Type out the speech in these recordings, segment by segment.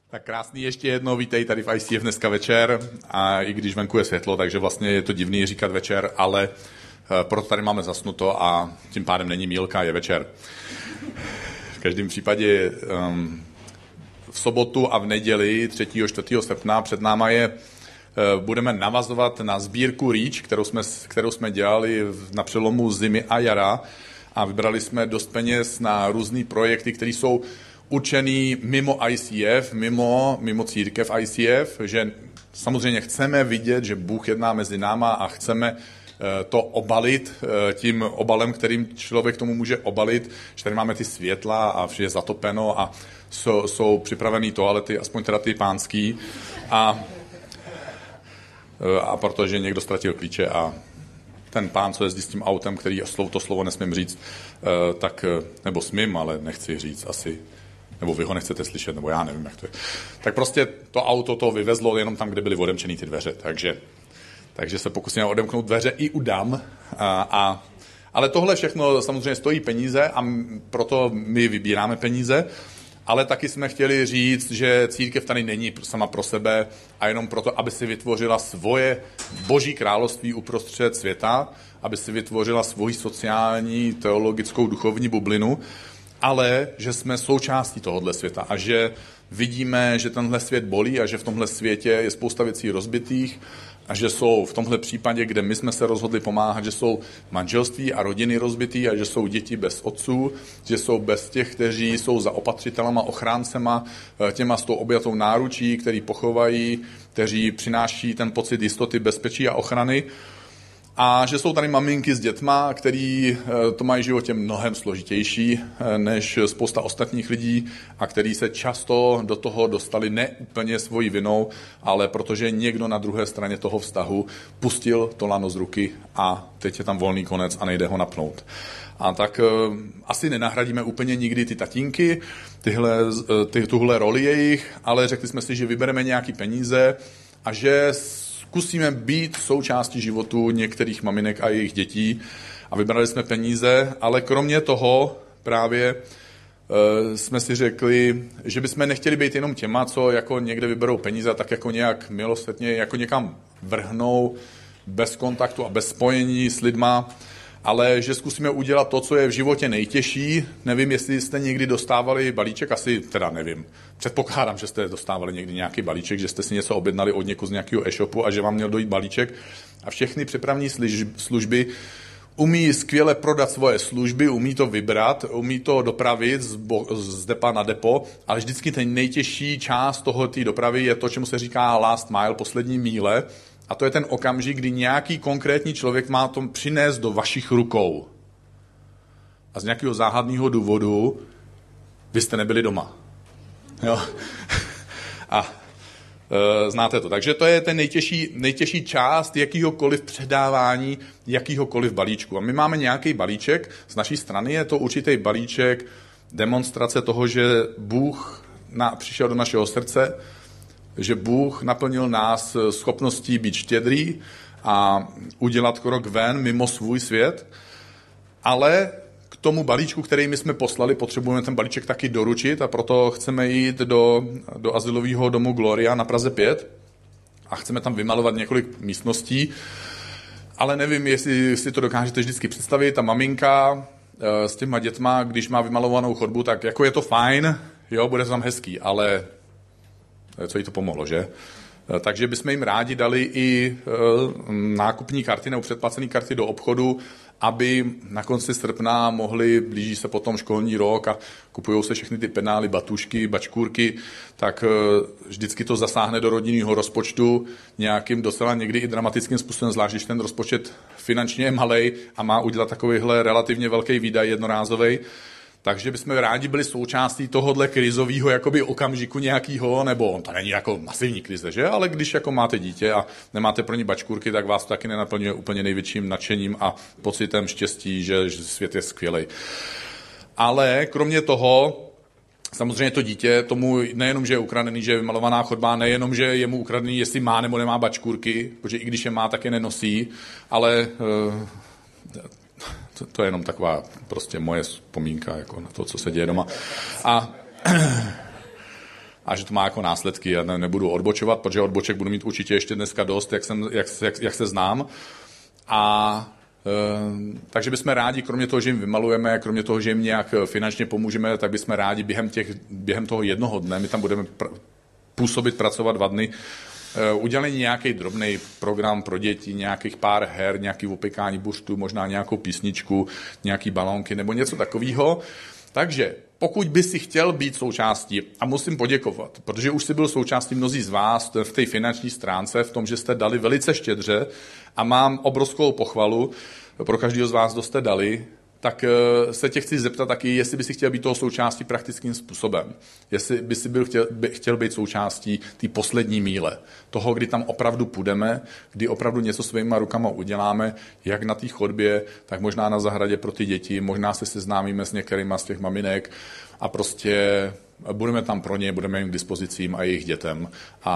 Tak krásný ještě jednou, vítej tady v ICF dneska večer, a i když venku je světlo, takže vlastně je to divný říkat večer, ale proto tady máme zasnuto a tím pádem není mílka, je večer. V každém případě v sobotu a v neděli 3. 4. srpna před náma budeme navazovat na sbírku REACH, kterou jsme dělali na přelomu zimy a jara, a vybrali jsme dost peněz na různý projekty, které jsou určený mimo ICF, mimo církev ICF, že samozřejmě chceme vidět, že Bůh jedná mezi náma a chceme to obalit tím obalem, kterým člověk tomu může obalit, že tady máme ty světla a vše je zatopeno a jsou připravený toalety, aspoň teda ty pánský, a protože někdo ztratil klíče a ten pán, co jezdí s tím autem, který to slovo nesmím říct, tak, nebo smím, ale nechci říct asi, nebo vy ho nechcete slyšet, nebo já nevím, jak to je. Tak prostě to auto to vyvezlo jenom tam, kde byly odemčený ty dveře, takže se pokusíme odemknout dveře i u dam. Ale tohle všechno samozřejmě stojí peníze a proto my vybíráme peníze, ale taky jsme chtěli říct, že církev tady není sama pro sebe a jenom proto, aby si vytvořila svoje boží království uprostřed světa, aby si vytvořila svoji sociální, teologickou, duchovní bublinu, ale že jsme součástí tohohle světa a že vidíme, že tenhle svět bolí a že v tomhle světě je spousta věcí rozbitých a že jsou v tomhle případě, kde my jsme se rozhodli pomáhat, že jsou manželství a rodiny rozbitý a že jsou děti bez otců, že jsou bez těch, kteří jsou zaopatřitelama, ochráncema, těma s tou objatou náručí, který pochovají, kteří přináší ten pocit jistoty, bezpečí a ochrany. A že jsou tady maminky s dětma, který to mají v životě mnohem složitější než spousta ostatních lidí a který se často do toho dostali ne úplně svojí vinou, ale protože někdo na druhé straně toho vztahu pustil to lano z ruky a teď je tam volný konec a nejde ho napnout. A tak asi nenahradíme úplně nikdy ty tatínky, tuhle roli jejich, ale řekli jsme si, že vybereme nějaký peníze a že zkusíme být součástí životu některých maminek a jejich dětí a vybrali jsme peníze, ale kromě toho právě jsme si řekli, že bychom nechtěli být jenom těma, co jako někde vyberou peníze a tak jako nějak milosrdně jako někam vrhnou bez kontaktu a bez spojení s lidma, ale že zkusíme udělat to, co je v životě nejtěžší. Nevím, jestli jste někdy dostávali balíček, asi teda nevím. Předpokládám, že jste dostávali někdy nějaký balíček, že jste si něco objednali od někud z nějakého e-shopu a že vám měl dojít balíček. A všechny přepravní služby umí skvěle prodat svoje služby, umí to vybrat, umí to dopravit z depa na depo, ale vždycky ten nejtěžší část té dopravy je to, čemu se říká last mile, poslední míle. A to je ten okamžik, kdy nějaký konkrétní člověk má to přinést do vašich rukou. A z nějakého záhadného důvodu vy jste nebyli doma. Jo? A znáte to. Takže to je ten nejtěžší část jakýhokoliv předávání, jakýhokoliv balíčku. A my máme nějaký balíček, z naší strany je to určitý balíček demonstrace toho, že Bůh přišel do našeho srdce, že Bůh naplnil nás schopností být štědrý a udělat krok ven mimo svůj svět, ale k tomu balíčku, který my jsme poslali, potřebujeme ten balíček taky doručit a proto chceme jít do azylového domu Gloria na Praze 5 a chceme tam vymalovat několik místností, ale nevím, jestli si to dokážete vždycky představit. Ta maminka s těma dětma, když má vymalovanou chodbu, tak jako je to fajn, jo, bude to tam hezký, ale co jí to pomohlo, že? Takže bychom jim rádi dali i nákupní karty nebo předplacené karty do obchodu, aby na konci srpna blíží se potom školní rok a kupují se všechny ty penály, batušky, bačkůrky, tak vždycky to zasáhne do rodinného rozpočtu nějakým docela někdy i dramatickým způsobem, zvlášť když ten rozpočet finančně je malej a má udělat takovýhle relativně velký výdaj jednorázovej. Takže bychom rádi byli součástí tohohle krizového jakoby okamžiku nějakého, nebo to není jako masivní krize, že? Ale když jako máte dítě a nemáte pro ně bačkůrky, tak vás to taky nenaplňuje úplně největším nadšením a pocitem štěstí, že svět je skvělej. Ale kromě toho, samozřejmě to dítě, tomu nejenom, že je ukradený, že je vymalovaná chodba, nejenom, že je mu ukradený, jestli má nebo nemá bačkůrky, protože i když je má, tak je nenosí, ale to je jenom taková prostě moje vzpomínka jako na to, co se děje doma. a že to má jako následky. Já nebudu odbočovat, protože odboček budu mít určitě ještě dneska dost, jak se znám. A takže bychom rádi, kromě toho, že jim vymalujeme, kromě toho, že jim nějak finančně pomůžeme, tak bychom rádi během toho jednoho dne, my tam budeme působit, pracovat 2 dny, udělali nějaký drobný program pro děti, nějakých pár her, nějaký opekání buřtu, možná nějakou písničku, nějaký balónky nebo něco takového. Takže pokud by si chtěl být součástí, a musím poděkovat, protože už jsi byl součástí mnozí z vás v té finanční stránce, v tom, že jste dali velice štědře a mám obrovskou pochvalu pro každého z vás, kdo jste dali, tak se tě chci zeptat taky, jestli by si chtěl být toho součástí praktickým způsobem. Jestli by si chtěl být součástí té poslední míle. Toho, kdy tam opravdu půjdeme, kdy opravdu něco svýma rukama uděláme, jak na té chodbě, tak možná na zahradě pro ty děti, možná se seznámíme s některýma z těch maminek a prostě budeme tam pro ně, budeme jim k dispozicím a jejich dětem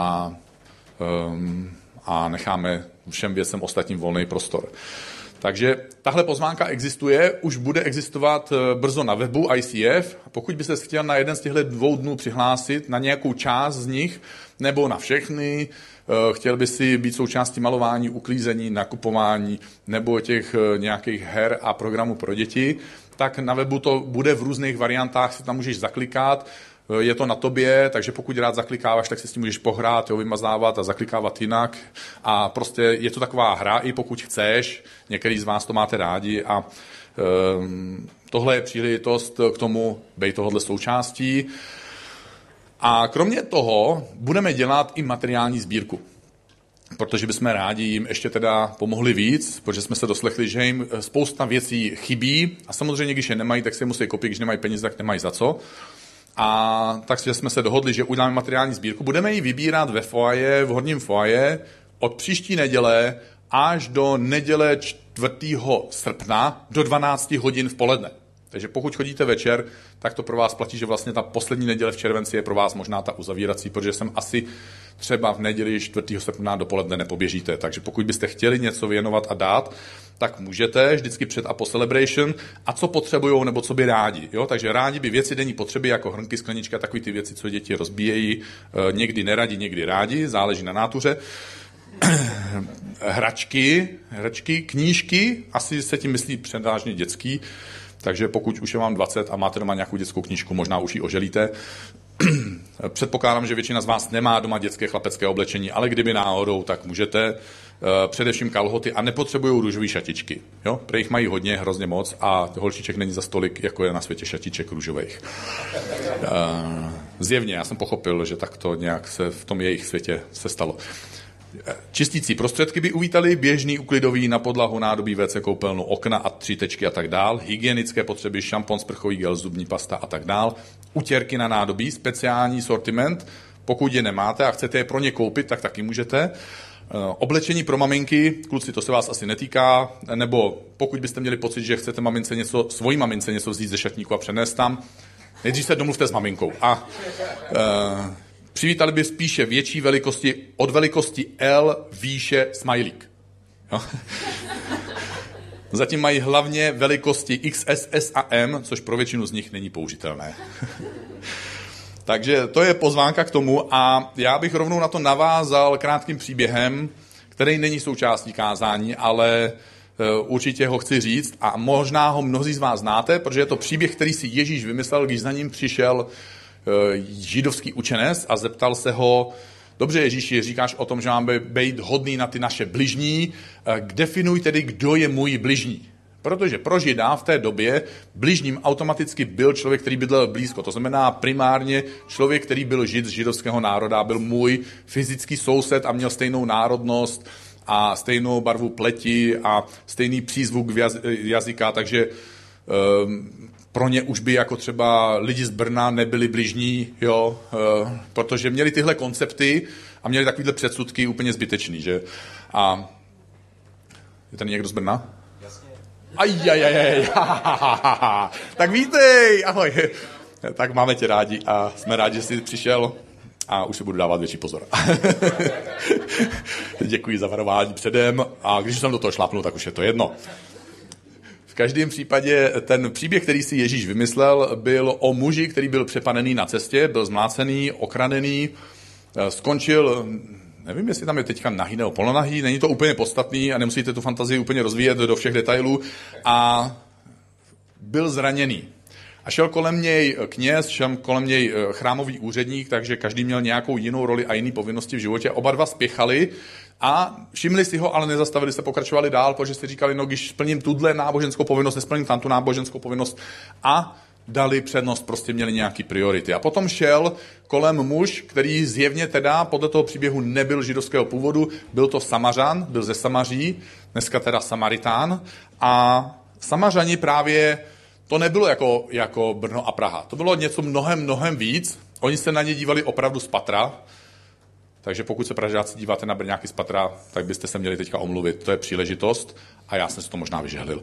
a necháme všem věcem ostatním volný prostor. Takže tahle pozvánka existuje, už bude existovat brzo na webu ICF. Pokud by se chtěl na jeden z těchto 2 dnů přihlásit, na nějakou část z nich, nebo na všechny, chtěl by si být součástí malování, uklízení, nakupování, nebo těch nějakých her a programů pro děti, tak na webu to bude v různých variantách, si tam můžeš zaklikat. Je to na tobě, takže pokud rád zaklikáváš, tak si s tím můžeš pohrát, vymazávat a zaklikávat jinak. A prostě je to taková hra, i pokud chceš, některý z vás to máte rádi a tohle je příležitost k tomu být tohohle součástí. A kromě toho budeme dělat i materiální sbírku, protože bychom rádi jim ještě teda pomohli víc, protože jsme se doslechli, že jim spousta věcí chybí a samozřejmě, když je nemají, tak si je musí koupit, když nemají peníze, tak nemají za co. A takže jsme se dohodli, že uděláme materiální sbírku. Budeme ji vybírat ve foaje, v horním foaje od příští neděle až do neděle 4. srpna do 12 hodin v poledne. Takže pokud chodíte večer, tak to pro vás platí, že vlastně ta poslední neděle v červenci je pro vás možná ta uzavírací, protože jsem asi třeba v neděli 4. srpna dopoledne nepoběžíte. Takže pokud byste chtěli něco věnovat a dát, tak můžete vždycky před a po celebration a co potřebujou nebo co by rádi. Jo? Takže rádi by věci denní potřeby jako hrnky, sklenička, takové ty věci, co děti rozbíjejí, někdy neradi, někdy rádi, záleží na nátuře. Hračky, knížky, asi se tím myslí převážně dětský, takže pokud už je vám 20 a máte doma nějakou dětskou knížku, možná už ji oželíte. Předpokládám, že většina z vás nemá doma dětské chlapecké oblečení, ale kdyby náhodou, tak můžete. Především kalhoty a nepotřebují růžové šatičky. Jo? Protože jich mají hodně, hrozně moc a holčiček není za stolik, jako je na světě šatiček růžových. Zjevně, já jsem pochopil, že tak to nějak se v tom jejich světě se stalo. Čistící prostředky by uvítali, běžný, uklidový, na podlahu, nádobí, WC, koupelnu, okna a 3 tečky a tak dál, hygienické potřeby, šampon, sprchový gel, zubní pasta a tak dál, utěrky na nádobí, speciální sortiment, pokud je nemáte a chcete je pro ně koupit, tak taky můžete. Oblečení pro maminky, kluci, to se vás asi netýká, nebo pokud byste měli pocit, že chcete svojí mamince něco vzít ze šatníku a přenést tam, nejdřív se domluvte s maminkou. Přivítali by spíše větší velikosti, od velikosti L výše smajlík. Jo? Zatím mají hlavně velikosti XS, S a M, což pro většinu z nich není použitelné. Takže to je pozvánka k tomu a já bych rovnou na to navázal krátkým příběhem, který není součástí kázání, ale určitě ho chci říct a možná ho mnozí z vás znáte, protože je to příběh, který si Ježíš vymyslel, když za ním přišel židovský učenec a zeptal se ho, dobře Ježíši, říkáš o tom, že máme být hodný na ty naše bližní, definuj tedy, kdo je můj bližní. Protože pro Žida v té době bližním automaticky byl člověk, který bydlel blízko. To znamená primárně člověk, který byl Žid z židovského národa, byl můj fyzický soused a měl stejnou národnost a stejnou barvu pleti a stejný přízvuk jazyka, takže pro ně už by jako třeba lidi z Brna nebyli bližní, jo, protože měli tyhle koncepty a měli takovýhle předsudky úplně zbytečný, že? A je tady někdo z Brna? Ajajajaj, tak vítej, ahoj. Tak máme tě rádi a jsme rádi, že jsi přišel a už si budu dávat větší pozor. Děkuji za varování předem a když jsem do toho šlápnul, tak už je to jedno. V každém případě ten příběh, který si Ježíš vymyslel, byl o muži, který byl přepadený na cestě, byl zmlácený, okradený, skončil, nevím, jestli tam je teďka nahý nebo polonahý, není to úplně podstatný a nemusíte tu fantazii úplně rozvíjet do všech detailů, a byl zraněný. A šel kolem něj kněz, šel kolem něj chrámový úředník, takže každý měl nějakou jinou roli a jiné povinnosti v životě. Oba dva spěchali a všimli si ho, ale nezastavili se, pokračovali dál, protože si říkali, no když splním tuhle náboženskou povinnost, nesplním tam tu náboženskou povinnost, a dali přednost, prostě měli nějaký priority. A potom šel kolem muž, který zjevně teda podle toho příběhu nebyl židovského původu, byl to Samařan, byl ze Samaří, dneska teda Samaritán, a Samařani právě to nebylo jako Brno a Praha. To bylo něco mnohem víc. Oni se na ně dívali opravdu z patra. Takže pokud se Pražáci díváte na Brňáky z patra, tak byste se měli teďka omluvit. To je příležitost a já jsem si to možná vyžehlil.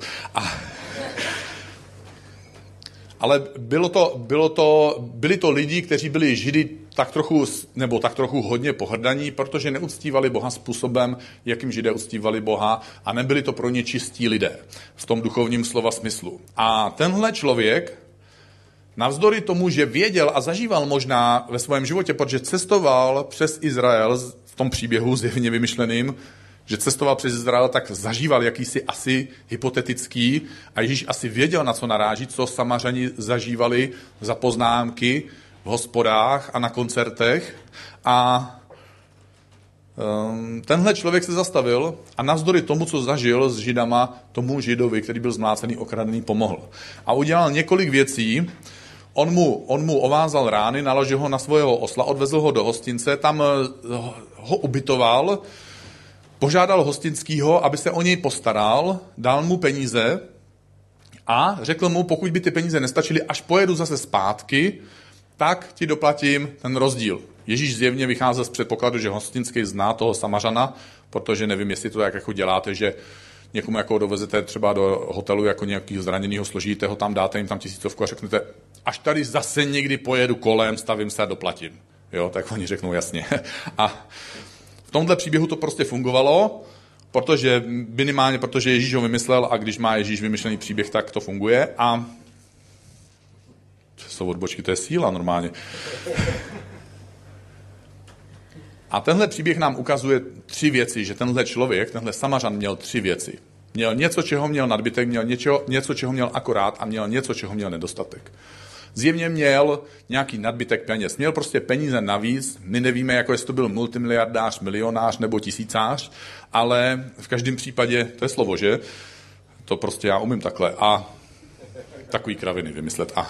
Ale byli to lidi, kteří byli Židy tak trochu hodně pohrdaní, protože neuctívali Boha způsobem, jakým Židé uctívali Boha, a nebyli to pro ně čistí lidé v tom duchovním slova smyslu. A tenhle člověk, navzdory tomu, že věděl a zažíval možná ve svém životě, protože cestoval přes Izrael v tom příběhu zjevně vymyšleným, že cestoval přes Izrael, tak zažíval jakýsi asi hypotetický, a Ježíš asi věděl, na co naráží, co Samařani zažívali za poznámky v hospodách a na koncertech. A tenhle člověk se zastavil a navzdory tomu, co zažil s Židama, tomu Židovi, který byl zmlácený, okradený, pomohl. A udělal několik věcí. On mu ovázal rány, naložil ho na svého osla, odvezl ho do hostince, tam ho ubytoval, požádal hostinskýho, aby se o něj postaral, dal mu peníze a řekl mu, pokud by ty peníze nestačily, až pojedu zase zpátky, tak ti doplatím ten rozdíl. Ježíš zjevně vycházel z předpokladu, že hostinský zná toho Samařana, protože nevím, jestli to jako děláte, že někomu jako dovezete třeba do hotelu jako nějakého zraněného, složíte ho tam, dáte jim tam 1000 a řeknete, až tady zase někdy pojedu kolem, stavím se a doplatím. Jo, tak oni řeknou jasně. A v tomhle příběhu to prostě fungovalo, protože Ježíš ho vymyslel, a když má Ježíš vymyšlený příběh, tak to funguje. A to jsou odbočky, to je síla normálně. A tenhle příběh nám ukazuje 3 věci, že tenhle člověk, tenhle Samařan měl 3 věci. Měl něco, čeho měl nadbytek, měl něco, čeho měl akorát, a měl něco, čeho měl nedostatek. Zjevně měl nějaký nadbytek peněz. Měl prostě peníze navíc. My nevíme, jako jestli to byl multimiliardář, milionář nebo tisícář, ale v každém případě, to je slovo, že? To prostě já umím takhle. A takový kraviny vymyslet. A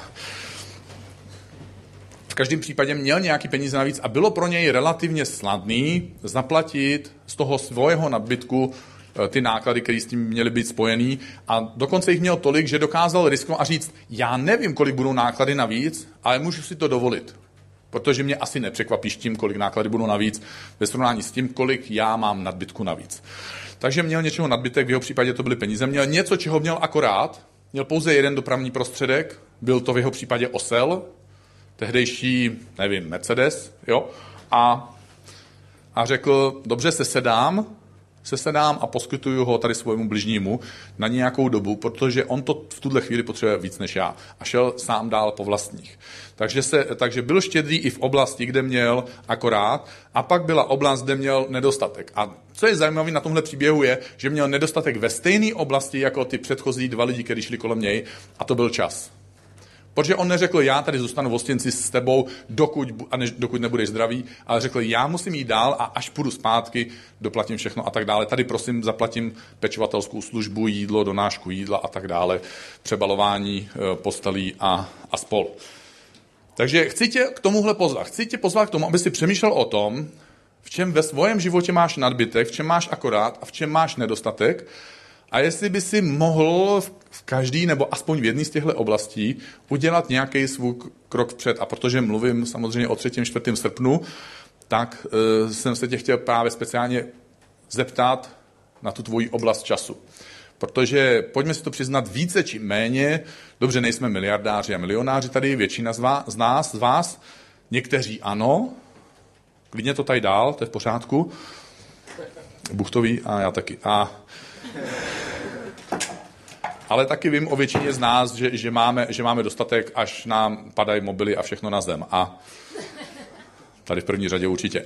v každém případě měl nějaký peníze navíc a bylo pro něj relativně snadný zaplatit z toho svého nadbytku ty náklady, které s tím měly být spojený, a dokonce jich měl tolik, že dokázal risknout a říct, já nevím, kolik budou náklady navíc, ale můžu si to dovolit, protože mě asi nepřekvapíš tím, kolik náklady budou navíc ve srovnání s tím, kolik já mám nadbytku navíc. Takže měl něčeho nadbytek, v jeho případě to byly peníze, měl něco, čeho měl akorát, měl pouze jeden dopravní prostředek, byl to v jeho případě osel, tehdejší, nevím, Mercedes, jo, a řekl, dobře, sesedám a poskytuju ho tady svému bližnímu na nějakou dobu, protože on to v tuhle chvíli potřebuje víc než já. A šel sám dál po vlastních. Takže byl štědrý i v oblasti, kde měl akorát, a pak byla oblast, kde měl nedostatek. A co je zajímavé na tomhle příběhu je, že měl nedostatek ve stejné oblasti jako ty předchozí 2 lidi, kteří šli kolem něj, a to byl čas. Protože on neřekl, já tady zůstanu v hostinci s tebou, dokud nebudeš zdravý, ale řekl, já musím jít dál a až půjdu zpátky, doplatím všechno a tak dále. Tady prosím zaplatím pečovatelskou službu, jídlo, donášku jídla a tak dále, přebalování postelí a spol. Takže chci tě k tomuhle pozvat. Chci tě pozvat k tomu, aby si přemýšlel o tom, v čem ve svém životě máš nadbytek, v čem máš akorát a v čem máš nedostatek. A jestli by si mohl v každý nebo aspoň v jedné z těchto oblastí udělat nějaký svůj krok vpřed. A protože mluvím samozřejmě o 3. 4. srpnu, tak jsem se tě chtěl právě speciálně zeptat na tu tvoji oblast času. Protože, pojďme si to přiznat, více či méně, dobře, nejsme miliardáři a milionáři tady, většina z vás, někteří ano, klidně to tady dál, to je v pořádku, Bůh to ví a já taky. Ale taky vím o většině z nás, že máme dostatek, až nám padají mobily a všechno na zem. A tady v první řadě určitě.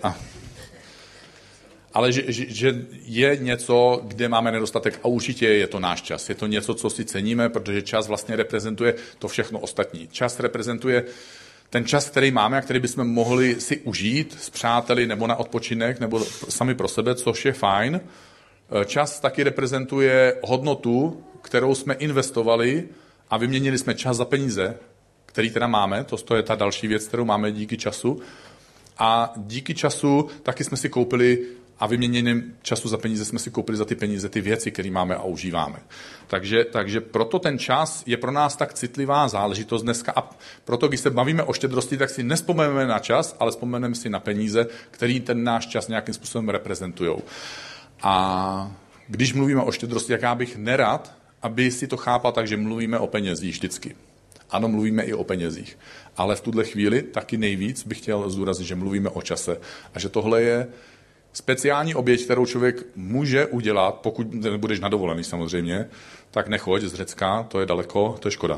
Ale že je něco, kde máme nedostatek a určitě je to náš čas. Je to něco, co si ceníme, protože čas vlastně reprezentuje to všechno ostatní. Čas reprezentuje ten čas, který máme a který bychom mohli si užít s přáteli nebo na odpočinek nebo sami pro sebe, což je fajn. Čas taky reprezentuje hodnotu, kterou jsme investovali a vyměnili jsme čas za peníze, který teda máme. To je ta další věc, kterou máme díky času. A díky času taky jsme si koupili a vyměněným času za peníze jsme si koupili za ty peníze ty věci, které máme a užíváme. Takže proto ten čas je pro nás tak citlivá záležitost dneska a proto, když se bavíme o štědrosti, tak si nespomeneme na čas, ale vzpomeneme si na peníze, který ten náš čas nějakým způsobem reprezentujou. A když mluvíme o štědrosti, jak já bych nerad, aby si to chápal tak, že mluvíme o penězích vždycky. Ano, mluvíme i o penězích, ale v tuhle chvíli taky nejvíc bych chtěl zdůraznit, že mluvíme o čase a že tohle je speciální oběť, kterou člověk může udělat, pokud nebudeš na dovolený samozřejmě, tak nechoď z Řecka, to je daleko, to je škoda.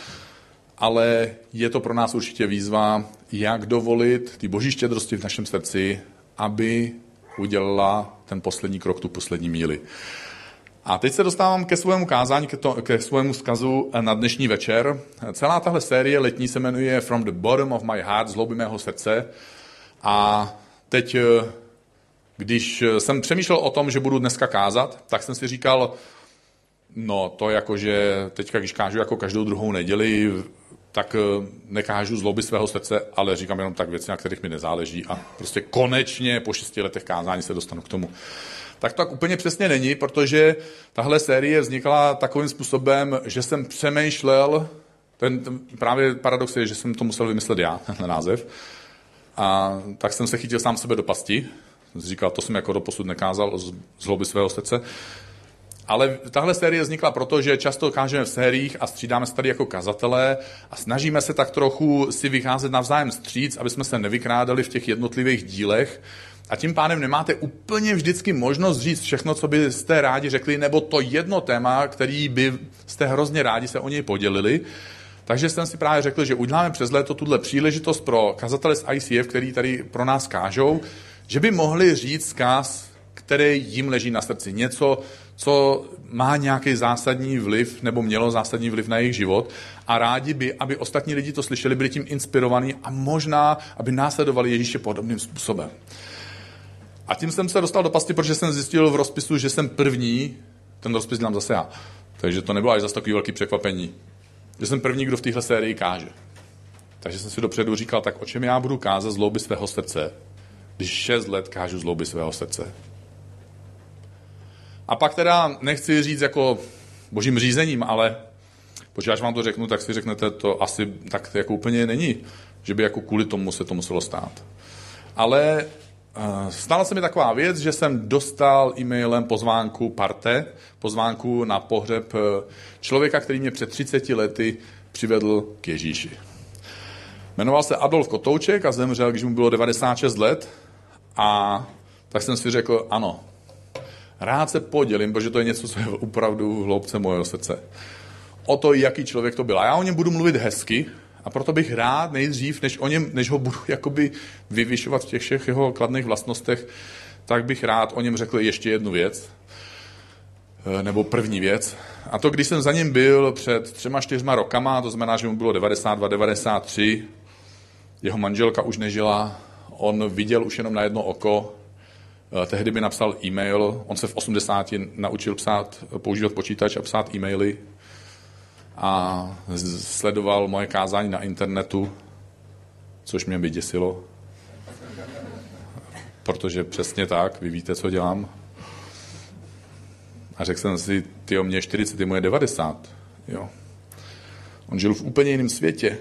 Ale je to pro nás určitě výzva, jak dovolit ty boží štědrosti v našem srdci, aby udělala ten poslední krok, tu poslední míli. A teď se dostávám ke svému kázání, ke svému vzkazu na dnešní večer. Celá tahle série letní se jmenuje From the Bottom of My Heart, z hloubi mého srdce. A teď, když jsem přemýšlel o tom, že budu dneska kázat, tak jsem si říkal, no to jakože teďka, když kážu jako každou druhou neděli, tak nekážu z hloubi svého srdce, ale říkám jenom tak věci, na kterých mi nezáleží a prostě konečně po 6 letech kázání se dostanu k tomu. Tak to tak úplně přesně není, protože tahle série vznikla takovým způsobem, že jsem přemýšlel, právě paradox je, že jsem to musel vymyslet já, tenhle název, a tak jsem se chytil sám sebe do pasti, jsem si říkal, to jsem jako doposud nekázal z hloubi svého srdce, ale tahle série vznikla proto, že často kážeme v sériích a střídáme se tady jako kazatelé a snažíme se tak trochu si vycházet navzájem vstříc, aby jsme se nevykrádali v těch jednotlivých dílech. A tím pádem nemáte úplně vždycky možnost říct všechno, co byste rádi řekli, nebo to jedno téma, který byste hrozně rádi se o něj podělili. Takže jsem si právě řekl, že uděláme přes léto tuhle příležitost pro kazatele z ICF, který tady pro nás kážou, že by mohli říct vzkaz, který jim leží na srdci. Něco, co má nějaký zásadní vliv, nebo mělo zásadní vliv na jejich život a rádi by, aby ostatní lidi to slyšeli, byli tím inspirovaní a možná, aby následovali Ježíše podobným způsobem. A tím jsem se dostal do pasti, protože jsem zjistil v rozpisu, že jsem první, ten rozpis dělám zase já. Takže to nebylo až zase takový velký překvapení. Že jsem první, kdo v téhle sérii káže. Takže jsem si dopředu říkal, tak o čem já budu kázat z hloubi svého srdce, když 6 let kážu z hloubi svého srdce. A pak teda nechci říct jako božím řízením, ale protože až vám to řeknu, tak si řeknete, to asi tak jako úplně není, že by jako kvůli tomu se to muselo stát. Ale stala se mi taková věc, že jsem dostal e-mailem pozvánku na pohřeb člověka, který mě před 30 lety přivedl k Ježíši. Jmenoval se Adolf Kotouček a zemřel, když mu bylo 96 let a tak jsem si řekl, ano, rád se podělím, protože to je něco, co je opravdu v hloubce mojho srdce. O to, jaký člověk to byl. A já o něm budu mluvit hezky, a proto bych rád nejdřív, než ho budu jakoby vyvyšovat v těch všech jeho kladných vlastnostech, tak bych rád o něm řekl ještě jednu věc, nebo první věc. A to, když jsem za ním byl před 3-4 rokama, to znamená, že mu bylo 92, 93, jeho manželka už nežila, on viděl už jenom na jedno oko, tehdy mi napsal e-mail, on se v 80 naučil používat počítač a psát e-maily, a sledoval moje kázání na internetu, což mě vyděsilo, protože přesně tak, vy víte, co dělám. A řekl jsem si, tyjo, mě 40, je moje 90. Jo. On žil v úplně jiném světě.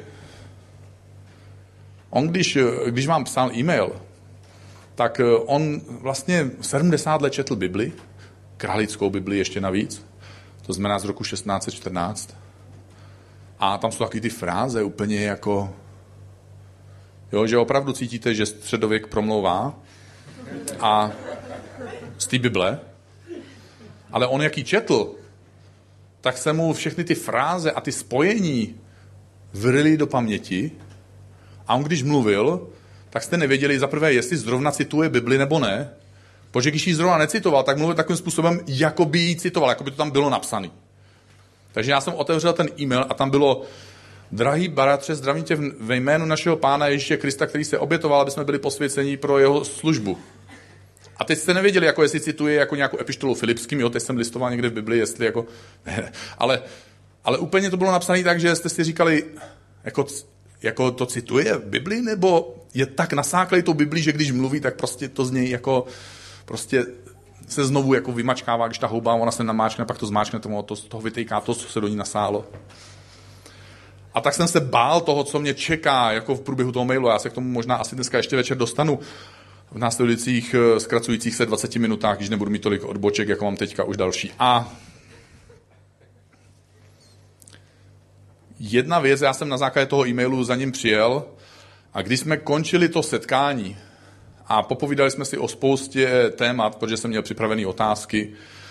On, když vám psal e-mail, tak on vlastně 70 let četl Bibli, králickou Bibli ještě navíc, to znamená z roku 1614. A tam jsou taky ty fráze úplně jako, jo, že opravdu cítíte, že středověk promlouvá a z té Bible, ale on jaký četl, tak se mu všechny ty fráze a ty spojení vryly do paměti a on když mluvil, tak jste nevěděli zaprvé, jestli zrovna cituje Bibli nebo ne, protože když ji zrovna necitoval, tak mluvil takovým způsobem, jako by ji citoval, jako by to tam bylo napsané. Takže já jsem otevřel ten e-mail a tam bylo: drahý bratře, zdravím tě ve jménu našeho Pána Ježíše Krista, který se obětoval, aby jsme byli posvěceni pro jeho službu. A teď jste nevěděli, jako jestli cituje jako nějakou epištolu Filipským, jo, teď jsem listoval někde v Biblii, jestli jako... Ne, ale úplně to bylo napsané tak, že jste si říkali, jako to cituje v Biblii, nebo je tak nasáklej tou Biblii, že když mluví, tak prostě to z něj jako prostě se znovu jako vymačkává, když ta houba, ona se namáčkne, pak to zmáčkne, to z toho vytejká to, co se do ní nasálo. A tak jsem se bál toho, co mě čeká jako v průběhu toho mailu. Já se k tomu možná asi dneska ještě večer dostanu v následujících zkracujících se 20 minutách, když nebudu mít tolik odboček, jako mám teďka už další. A jedna věc, já jsem na základě toho e-mailu za ním přijel a když jsme končili to setkání a popovídali jsme si o spoustě témat, protože jsem měl připravené otázky,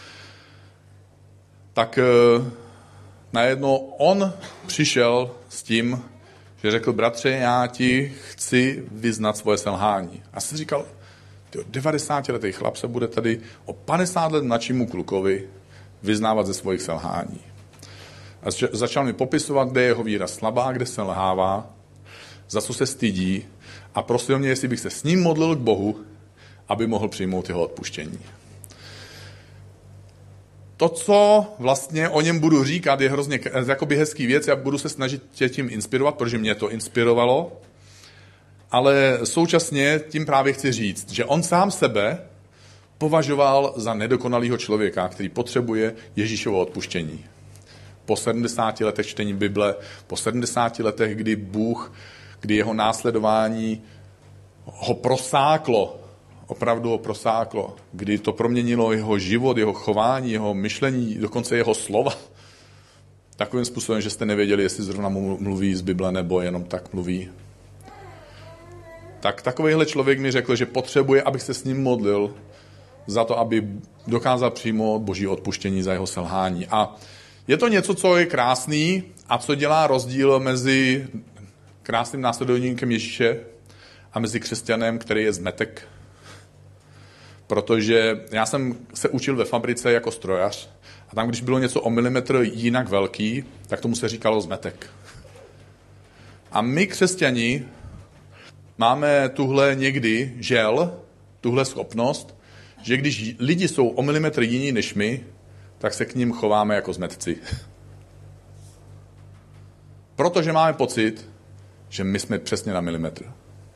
tak najednou on přišel s tím, že řekl: bratře, já ti chci vyznat svoje selhání. A jsem říkal, 90letý chlap se bude tady o 50 let mladšímu klukovi vyznávat ze svojich selhání. A začal mi popisovat, kde je jeho víra slabá, kde selhává, za co se stydí, a prosil mě, jestli bych se s ním modlil k Bohu, aby mohl přijmout jeho odpuštění. To, co vlastně o něm budu říkat, je hrozně jakoby hezký věc. Já budu se snažit tě tím inspirovat, protože mě to inspirovalo. Ale současně tím právě chci říct, že on sám sebe považoval za nedokonalého člověka, který potřebuje Ježíšovo odpuštění. Po 70 letech čtení Bible, po 70 letech, kdy jeho následování ho prosáklo, opravdu ho prosáklo, kdy to proměnilo jeho život, jeho chování, jeho myšlení, dokonce jeho slova. Takovým způsobem, že jste nevěděli, jestli zrovna mluví z Bible, nebo jenom tak mluví. Tak takovýhle člověk mi řekl, že potřebuje, abych se s ním modlil za to, aby dokázal přijmout Boží odpuštění za jeho selhání. A je to něco, co je krásný a co dělá rozdíl mezi krásným následovníkem Ježíše a mezi křesťanem, který je zmetek. Protože já jsem se učil ve fabrice jako strojař a tam, když bylo něco o milimetr jinak velký, tak tomu se říkalo zmetek. A my, křesťani, máme tuhle někdy tuhle schopnost, že když lidi jsou o milimetr jiní než my, tak se k ním chováme jako zmetci. Protože máme pocit, že my jsme přesně na milimetr.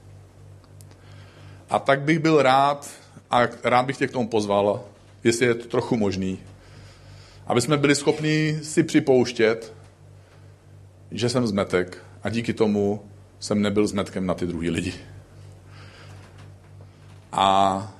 A tak bych byl rád, a rád bych tě k tomu pozval, jestli je to trochu možný, aby jsme byli schopni si připouštět, že jsem zmetek a díky tomu jsem nebyl zmetkem na ty druhý lidi. A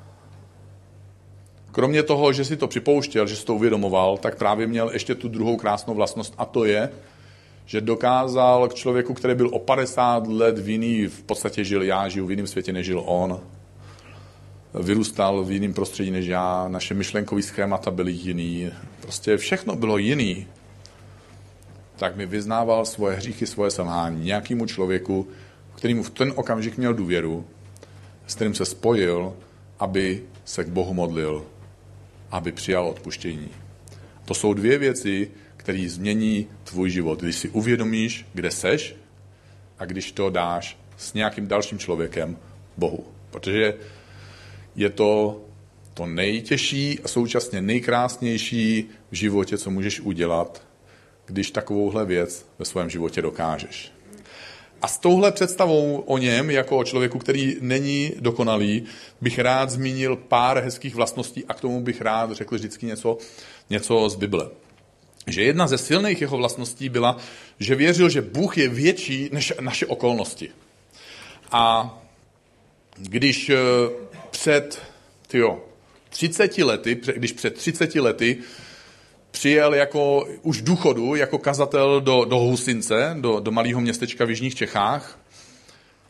kromě toho, že si to připouštěl, že si to uvědomoval, tak právě měl ještě tu druhou krásnou vlastnost, a to je, že dokázal k člověku, který byl o 50 let vinný, v podstatě žiju v jiném světě, než žil on, vyrůstal v jiném prostředí než já, naše myšlenkové schémata byly jiný, prostě všechno bylo jiný, tak mi vyznával svoje hříchy, svoje selhání nějakému člověku, kterýmu v ten okamžik měl důvěru, s kterým se spojil, aby se k Bohu modlil, aby přijal odpuštění. To jsou dvě věci, které změní tvůj život, když si uvědomíš, kde seš, a když to dáš s nějakým dalším člověkem Bohu. Protože je to nejtěžší a současně nejkrásnější v životě, co můžeš udělat, když takovouhle věc ve svém životě dokážeš. A s touhle představou o něm, jako o člověku, který není dokonalý, bych rád zmínil pár hezkých vlastností a k tomu bych rád řekl vždycky něco z Bible. Že jedna ze silných jeho vlastností byla, že věřil, že Bůh je větší než naše okolnosti. A když před 30 lety přijel už v důchodu jako kazatel do Husince, do malého městečka v jižních Čechách,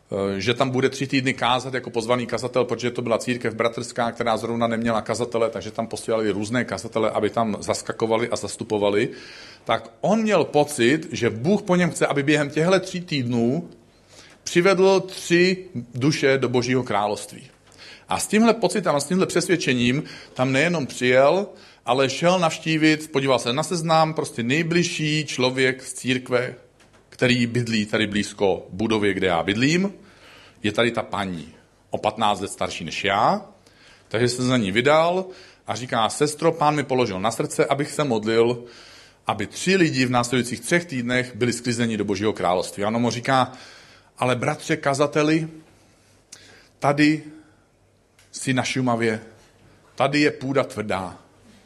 že tam bude 3 týdny kázat jako pozvaný kazatel, protože to byla církev bratrská, která zrovna neměla kazatele, takže tam posílali různé kazatele, aby tam zaskakovali a zastupovali. Tak on měl pocit, že Bůh po něm chce, aby během těchto 3 týdnů přivedl 3 duše do Božího království. A s tímhle pocitem a s tímhle přesvědčením tam nejenom přijel, ale šel navštívit, podíval se na seznam, prostě nejbližší člověk z církve, který bydlí tady blízko budově, kde já bydlím, je tady ta paní, o 15 let starší než já, takže se za ní vydal a říká, sestro, pán mi položil na srdce, abych se modlil, aby 3 lidi v následujících 3 týdnech byli sklizeni do Božího království. A ono mu říká, ale bratře kazateli, tady si na Šumavě, tady je půda tvrdá.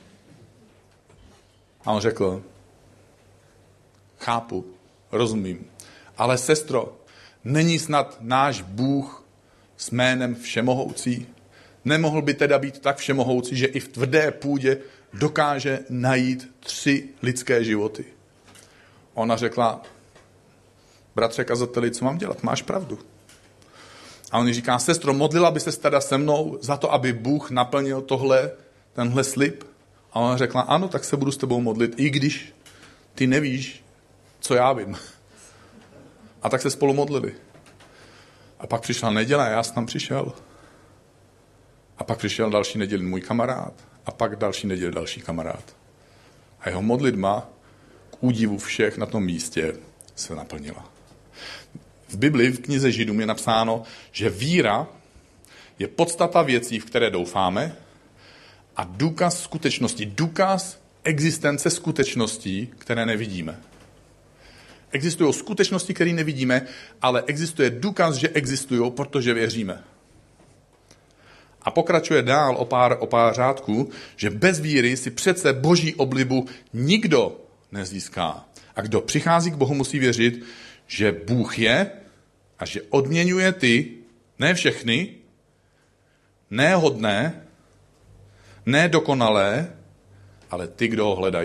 A on řekl, chápu, rozumím, ale sestro, není snad náš Bůh s jménem všemohoucí? Nemohl by teda být tak všemohoucí, že i v tvrdé půdě dokáže najít 3 lidské životy? Ona řekla, bratře kazateli, co mám dělat? Máš pravdu. A on jí říká, sestro, modlila by se teda se mnou za to, aby Bůh naplnil tenhle slib? A ona řekla, ano, tak se budu s tebou modlit, i když ty nevíš, co já vím. A tak se spolu modlili. A pak přišla neděle, já jsem tam přišel. A pak přišel další neděli můj kamarád. A pak další neděli další kamarád. A jeho modlitba k údivu všech na tom místě se naplnila. V Bibli, v knize Židům je napsáno, že víra je podstata věcí, v které doufáme, a důkaz skutečnosti, důkaz existence skutečností, které nevidíme. Existují skutečnosti, které nevidíme, ale existuje důkaz, že existují, protože věříme. A pokračuje dál o pár řádků, že bez víry si přece Boží oblibu nikdo nezíská. A kdo přichází k Bohu, musí věřit, že Bůh je a že odměňuje ty, ne všechny, ne hodné, ne dokonalé, ale ty, kdo ho hledají.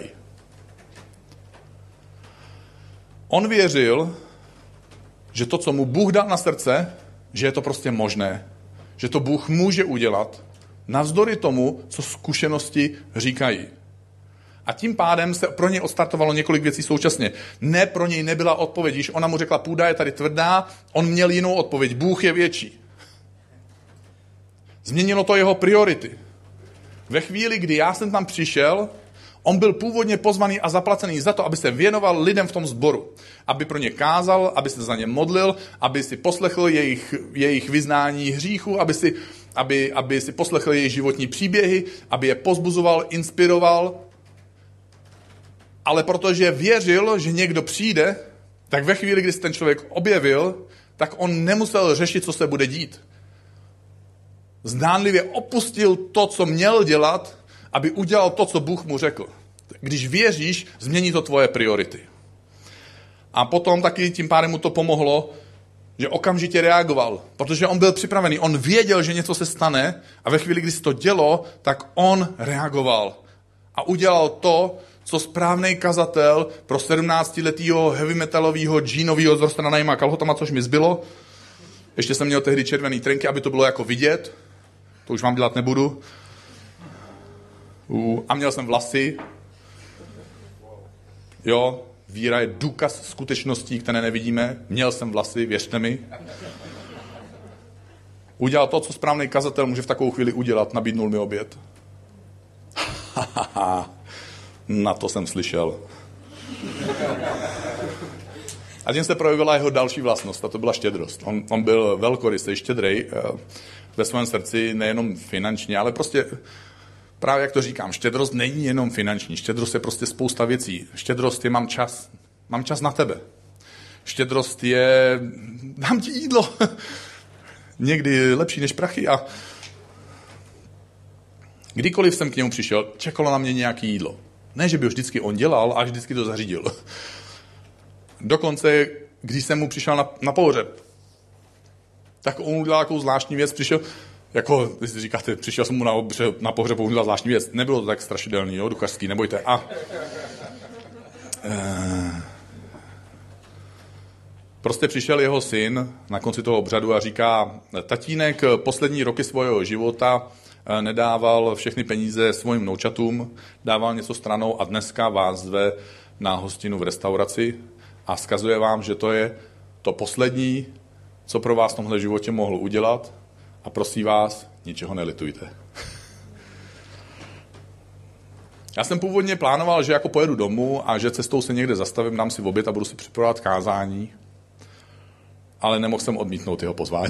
On věřil, že to, co mu Bůh dal na srdce, že je to prostě možné, že to Bůh může udělat, navzdory tomu, co zkušenosti říkají. A tím pádem se pro něj odstartovalo několik věcí současně. Ne, pro něj nebyla odpověď, když ona mu řekla, půda je tady tvrdá, on měl jinou odpověď, Bůh je větší. Změnilo to jeho priority. Ve chvíli, kdy já jsem tam přišel, on byl původně pozvaný a zaplacený za to, aby se věnoval lidem v tom sboru. Aby pro ně kázal, aby se za ně modlil, aby si poslechl jejich vyznání hříchu, aby si poslechl jejich životní příběhy, aby je pozbuzoval, inspiroval. Ale protože věřil, že někdo přijde, tak ve chvíli, kdy se ten člověk objevil, tak on nemusel řešit, co se bude dít. Zdánlivě opustil to, co měl dělat, aby udělal to, co Bůh mu řekl. Když věříš, změní to tvoje priority. A potom taky tím pádem mu to pomohlo, že okamžitě reagoval, protože on byl připravený, on věděl, že něco se stane a ve chvíli, kdy se to dělo, tak on reagoval a udělal to, co správný kazatel pro 17letýho heavy metalového džínového s roztrhanýma kalhotama, což mi zbylo. Ještě jsem měl tehdy červený trenky, aby to bylo jako vidět. To už vám dělat nebudu. A měl jsem vlasy. Jo, víra je důkaz skutečností, které nevidíme. Měl jsem vlasy, věřte mi. Udělal to, co správný kazatel může v takovou chvíli udělat. Nabídnul mi oběd. Na to jsem slyšel. A tím se projevila jeho další vlastnost, a to byla štědrost. On byl velkorysý, štědrej ve svém srdci, nejenom finančně, ale prostě právě jak to říkám, štědrost není jenom finanční, štědrost je prostě spousta věcí. Štědrost je mám čas na tebe. Štědrost je dám ti jídlo, někdy lepší než prachy a kdykoliv jsem k němu přišel, čekalo na mě nějaké jídlo. Ne, že by ho vždycky on dělal a vždycky to zařídil. Dokonce, když jsem mu přišel na pohřeb, tak on udělal takovou zvláštní věc, přišel, jako, když si říkáte, přišel jsem mu na pohřeb, udělal zvláštní věc. Nebylo to tak strašidelný, jo, duchařský, nebojte. Prostě přišel jeho syn na konci toho obřadu a říká, tatínek poslední roky svého života nedával všechny peníze svým vnoučatům, dával něco stranou a dneska vás zve na hostinu v restauraci a vzkazuje vám, že to je to poslední, co pro vás v tomhle životě mohl udělat a prosí vás, ničeho nelitujte. Já jsem původně plánoval, že jako pojedu domů a že cestou se někde zastavím, dám si oběd a budu si připravovat kázání, ale nemohl jsem odmítnout jeho pozvání.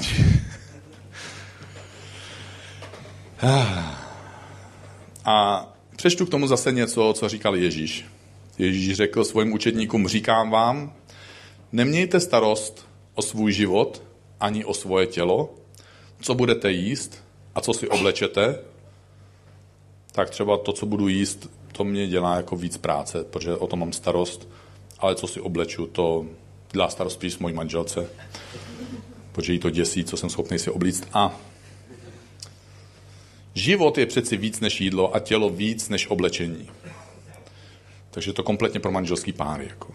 A přečtu k tomu zase něco, co říkal Ježíš. Ježíš řekl svým učedníkům, říkám vám, nemějte starost o svůj život ani o svoje tělo, co budete jíst a co si oblečete, tak třeba to, co budu jíst, to mě dělá jako víc práce, protože o to mám starost, ale co si obleču, to dělá starost spíš mojí manželce, protože jí to děsí, co jsem schopný si oblíct. A život je přeci víc než jídlo a tělo víc než oblečení. Takže to kompletně pro manželský pár. Jako.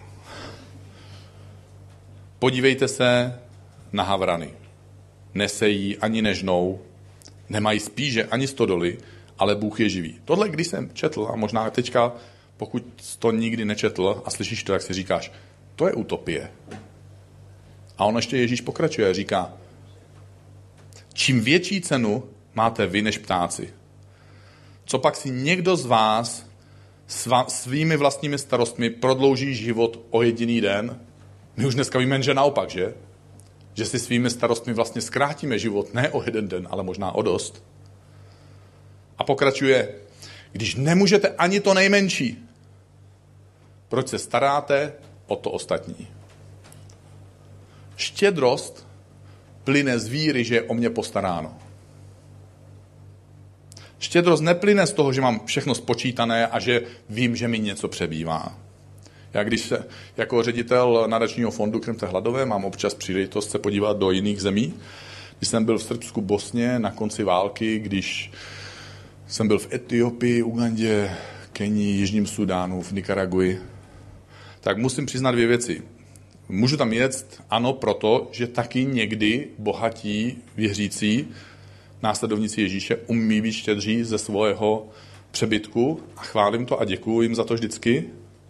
Podívejte se na havrany. Nesejí ani nežnou, nemají spíže ani stodoly, ale Bůh je živý. Tohle, když jsem četl, a možná teďka, pokud to nikdy nečetl a slyšíš to, tak si říkáš, to je utopie. A on ještě Ježíš pokračuje a říká, čím větší cenu máte vy než ptáci. Co pak si někdo z vás svými vlastními starostmi prodlouží život o jediný den? My už dneska víme, že naopak, že? Že si svými starostmi vlastně zkrátíme život ne o jeden den, ale možná o dost. A pokračuje, když nemůžete ani to nejmenší, proč se staráte o to ostatní? Štědrost plyne z víry, že je o mě postaráno. Štědrost neplyne z toho, že mám všechno spočítané a že vím, že mi něco přebývá. Já když se jako ředitel nadačního fondu Krmte hladové mám občas příležitost se podívat do jiných zemí. Když jsem byl v Srbsku, Bosně na konci války, když jsem byl v Etiopii, Ugandě, Kenii, Jižním Sudánu, v Nikaraguji, tak musím přiznat dvě věci. Můžu tam jet, ano, proto, že taky někdy bohatí věřící následovníci Ježíše umí být štědří ze svého přebytku a chválím to a děkuju jim za to vždycky.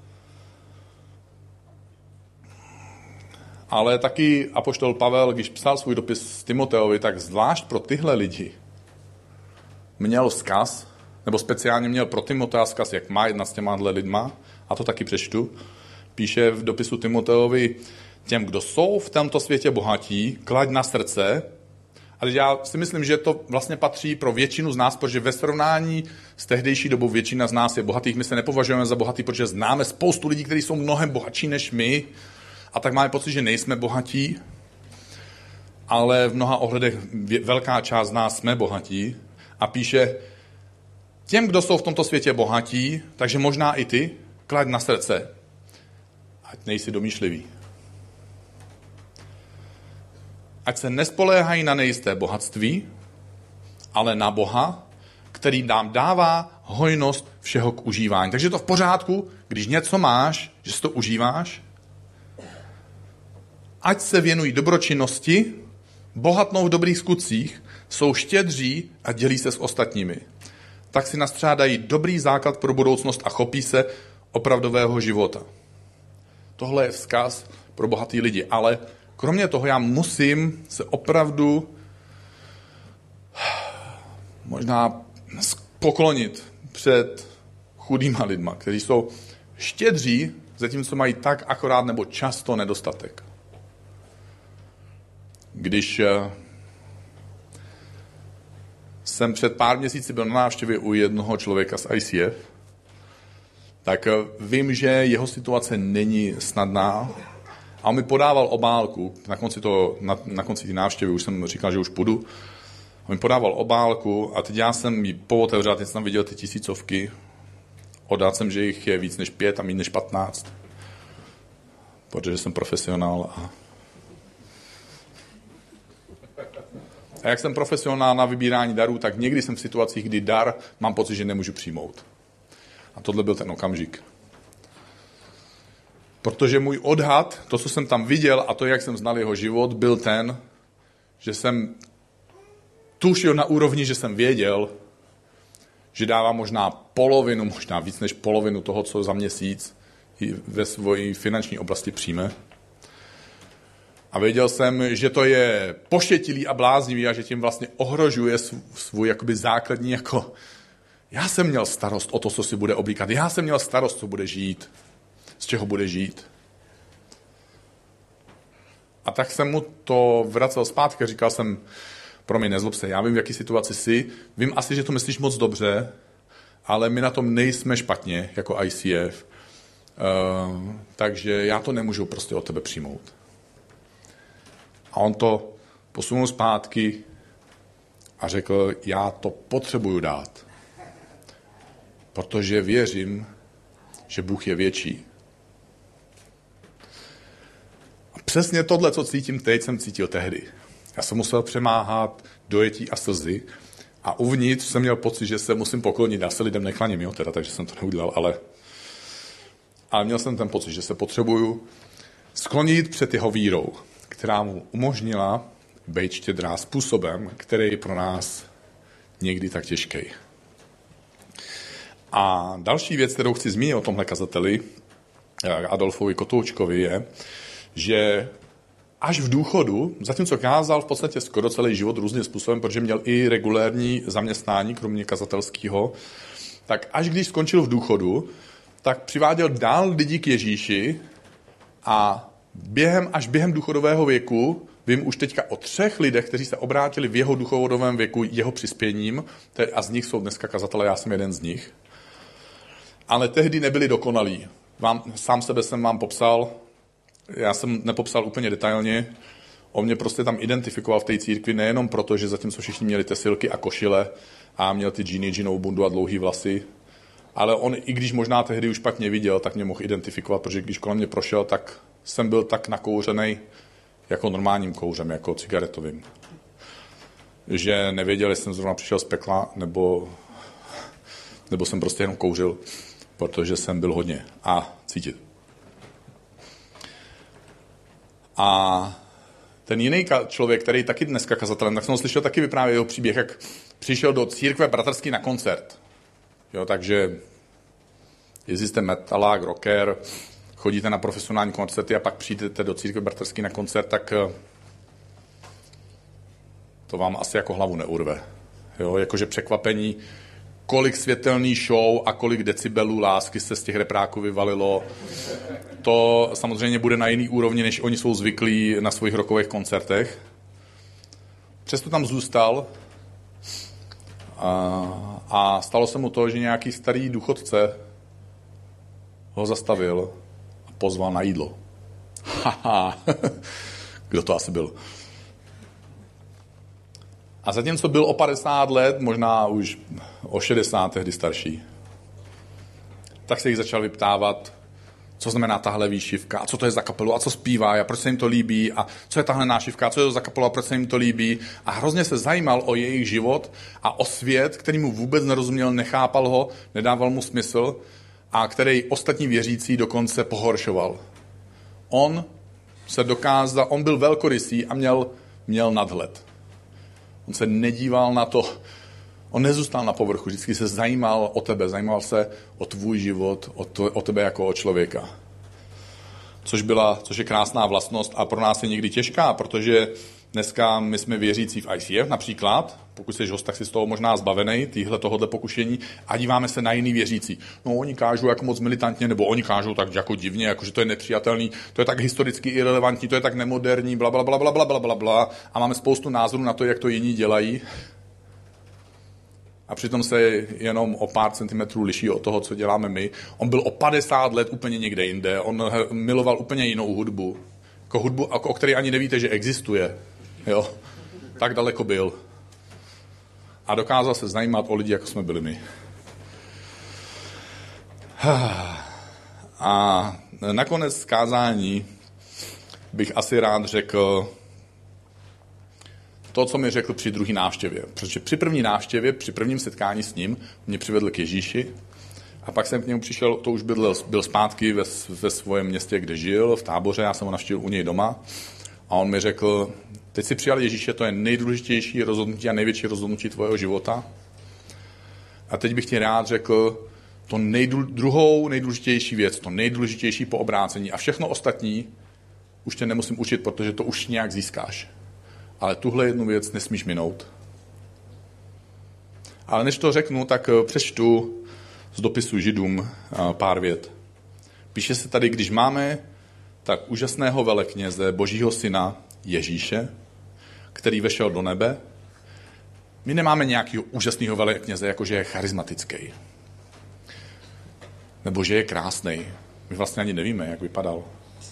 Ale taky apoštol Pavel, když psal svůj dopis Timoteovi, tak zvlášť pro tyhle lidi měl vzkaz, nebo speciálně měl pro Timotea vzkaz, jak má jednat s těma lidma, a to taky přečtu. Píše v dopisu Timoteovi, těm, kdo jsou v tomto světě bohatí, klaď na srdce. Ale já si myslím, že to vlastně patří pro většinu z nás, protože ve srovnání s tehdejší dobou většina z nás je bohatých. My se nepovažujeme za bohatý, protože známe spoustu lidí, kteří jsou mnohem bohatší než my, a tak máme pocit, že nejsme bohatí, ale v mnoha ohledech velká část z nás jsme bohatí. A píše, těm, kdo jsou v tomto světě bohatí, takže možná i ty, klaď na srdce, ať nejsi domýšlivý. Ať se nespoléhají na nejisté bohatství, ale na Boha, který nám dává hojnost všeho k užívání. Takže je to v pořádku, když něco máš, že si to užíváš. Ať se věnují dobročinnosti, bohatnou v dobrých skutcích, jsou štědří a dělí se s ostatními. Tak si nastřádají dobrý základ pro budoucnost a chopí se opravdového života. Tohle je vzkaz pro bohatý lidi, ale kromě toho já musím se opravdu možná poklonit před chudýma lidma, kteří jsou štědří, zatímco mají tak akorát nebo často nedostatek. Když jsem před pár měsíci byl na návštěvě u jednoho člověka z ICF, tak vím, že jeho situace není snadná a on mi podával obálku, na konci té návštěvy, už jsem říkal, že už půjdu, on mi podával obálku a teď já jsem ji pootevřel, teď jsem viděl ty tisícovky, odhadl jsem, že jich je víc než 5 a méně než 15, protože jsem profesionál a jak jsem profesionál na vybírání darů, tak někdy jsem v situacích, kdy dar mám pocit, že nemůžu přijmout. A tohle byl ten okamžik. Protože můj odhad, to, co jsem tam viděl a to, jak jsem znal jeho život, byl ten, že jsem tušil na úrovni, že jsem věděl, že dává možná polovinu, možná víc než polovinu toho, co za měsíc ve své finanční oblasti přijme. A věděl jsem, že to je pošetilý a bláznivý a že tím vlastně ohrožuje svůj jakoby základní jako... Já jsem měl starost o to, co si bude oblíkat. Já jsem měl starost, co bude žít. Z čeho bude žít. A tak jsem mu to vracel zpátky a říkal jsem, promiň, nezlob se, já vím, v jaký situaci jsi, vím asi, že to myslíš moc dobře, ale my na tom nejsme špatně, jako ICF, takže já to nemůžu prostě od tebe přijmout. A on to posunul zpátky a řekl, já to potřebuju dát, protože věřím, že Bůh je větší. A přesně tohle, co cítím teď, jsem cítil tehdy. Já jsem musel přemáhat dojetí a slzy a uvnitř jsem měl pocit, že se musím poklonit. Já se lidem neklaním, jo, teda, takže jsem to neudělal, ale měl jsem ten pocit, že se potřebuju sklonit před jeho vírou, která mu umožnila být štědrá způsobem, který je pro nás někdy tak těžký. A další věc, kterou chci zmínit o tomhle kazateli, Adolfovi Kotoučkovi, je, že až v důchodu, zatímco kázal v podstatě skoro celý život různým způsobem, protože měl i regulérní zaměstnání, kromě kazatelského, tak až když skončil v důchodu, tak přiváděl dál lidi k Ježíši a až během důchodového věku, vím už teďka o 3 lidech, kteří se obrátili v jeho důchodovém věku jeho přispěním, a z nich jsou dneska kazatelé, já jsem jeden z nich. Ale tehdy nebyli dokonalí. Sám sebe jsem vám popsal, já jsem nepopsal úplně detailně, on mě prostě tam identifikoval v té církvi nejenom proto, že zatímco všichni měli tesilky a košile a měl ty džíny, džinovou bundu a dlouhý vlasy, ale on, i když možná tehdy už špatně viděl, tak mě mohl identifikovat, protože když kolem mě prošel, tak jsem byl tak nakouřenej jako normálním kouřem, jako cigaretovým. Že nevěděl, jestli jsem zrovna přišel z pekla, nebo jsem prostě jenom kouřil, protože jsem byl hodně a cítit. A ten jiný člověk, který taky dneska kazatelem, tak jsem ho slyšel taky vyprávět jeho příběh, jak přišel do církve bratrský na koncert. Jo, takže jestli jste metalák, rocker, chodíte na profesionální koncerty a pak přijdete do církve bratrský na koncert, tak to vám asi jako hlavu neurve. Jo, jakože překvapení, kolik světelný show a kolik decibelů lásky se z těch repráků vyvalilo, to samozřejmě bude na jiný úrovni, než oni jsou zvyklí na svých rockových koncertech. Přesto tam zůstal a stalo se mu to, že nějaký starý důchodce ho zastavil a pozval na jídlo. Haha, kdo to asi byl? A zatímco byl o 50 let, možná už o 60 tehdy starší, tak se jich začal vyptávat, co znamená tahle výšivka, a co to je za kapelu, a co zpívá, a proč se jim to líbí, a co je tahle nášivka, a co je to za kapelu, a proč se jim to líbí. A hrozně se zajímal o jejich život a o svět, který mu vůbec nerozuměl, nechápal ho, nedával mu smysl a který ostatní věřící dokonce pohoršoval. On byl velkorysý a měl nadhled. On se nedíval na to, on nezůstal na povrchu, vždycky se zajímal o tebe, zajímal se o tvůj život, o tebe jako o člověka. Což je krásná vlastnost a pro nás je někdy těžká, protože dneska my jsme věřící v ICF například, pokud jsi host, tak jsi z toho možná zbavený, tohohle pokušení, a díváme se na jiný věřící. No, oni kážou jako moc militantně, nebo oni kážou tak jako divně, jako že to je nepřijatelný, to je tak historicky irelevantní, to je tak nemoderní, blablabla, a máme spoustu názorů na to, jak to jiní dělají. A přitom se jenom o pár centimetrů liší od toho, co děláme my. On byl o 50 let úplně někde jinde, on miloval úplně jinou hudbu. Jako hudbu, o které ani nevíte, že existuje. Jo? Tak daleko byl. A dokázal se zajímat o lidi, jako jsme byli my. A nakonec kázání bych asi rád řekl to, co mi řekl při druhé návštěvě. Protože při první návštěvě, při prvním setkání s ním, mě přivedl k Ježíši A pak jsem k němu přišel, to už byl zpátky ve svém městě, kde žil, v Táboře, já jsem ho navštívil u něj doma. A on mi řekl, teď si přijal Ježíše, to je nejdůležitější rozhodnutí a největší rozhodnutí tvého života. A teď bych ti rád řekl to druhou nejdůležitější věc, to nejdůležitější po obrácení. A všechno ostatní už tě nemusím učit, protože to už nějak získáš. Ale tuhle jednu věc nesmíš minout. Ale než to řeknu, tak přečtu z dopisu Židům pár vět. Píše se tady, když máme tak úžasného velekněze, Božího syna Ježíše, který vešel do nebe, my nemáme nějakého úžasného velekněze, jakože je charismatický. Nebo že je krásnej. My vlastně ani nevíme, jak vypadal.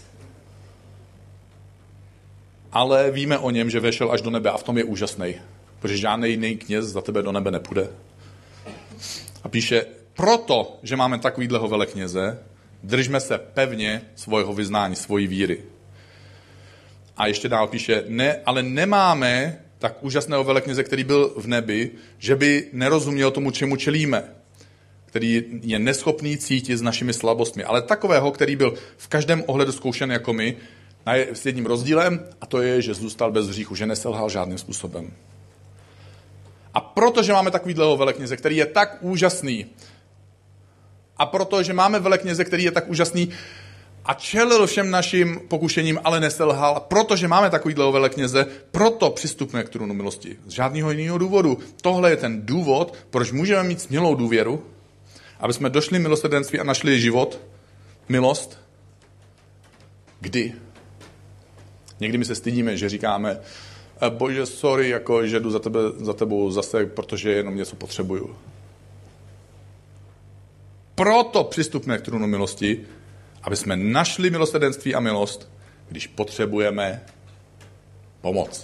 Ale víme o něm, že vešel až do nebe a v tom je úžasný, protože žádný jiný kněz za tebe do nebe nepůjde. A píše, proto, že máme takovýhleho velekněze, držme se pevně svého vyznání, svojí víry. A ještě dál píše, ale nemáme tak úžasného velekněze, který byl v nebi, že by nerozuměl tomu, čemu čelíme, který je neschopný cítit s našimi slabostmi, ale takového, který byl v každém ohledu zkoušen jako my, s jedním rozdílem, a to je, že zůstal bez hříchu, že neselhal žádným způsobem. A protože máme takovýhleho velekněze, který je tak úžasný, a protože máme velekněze, který je tak úžasný a čelil všem našim pokušením, ale neselhal, protože máme takovýhleho velekněze, proto přistupme k trůnu milosti. Z žádného jiného důvodu. Tohle je ten důvod, proč můžeme mít smělou důvěru, aby jsme došli milosrdenství a našli život, milost. Kdy? Někdy my se stydíme, že říkáme, Bože, sorry, jako, že jdu za tebou zase, protože jenom něco potřebuju. Proto přistupme k trůnu milosti, aby jsme našli milosrdenství a milost, když potřebujeme pomoc.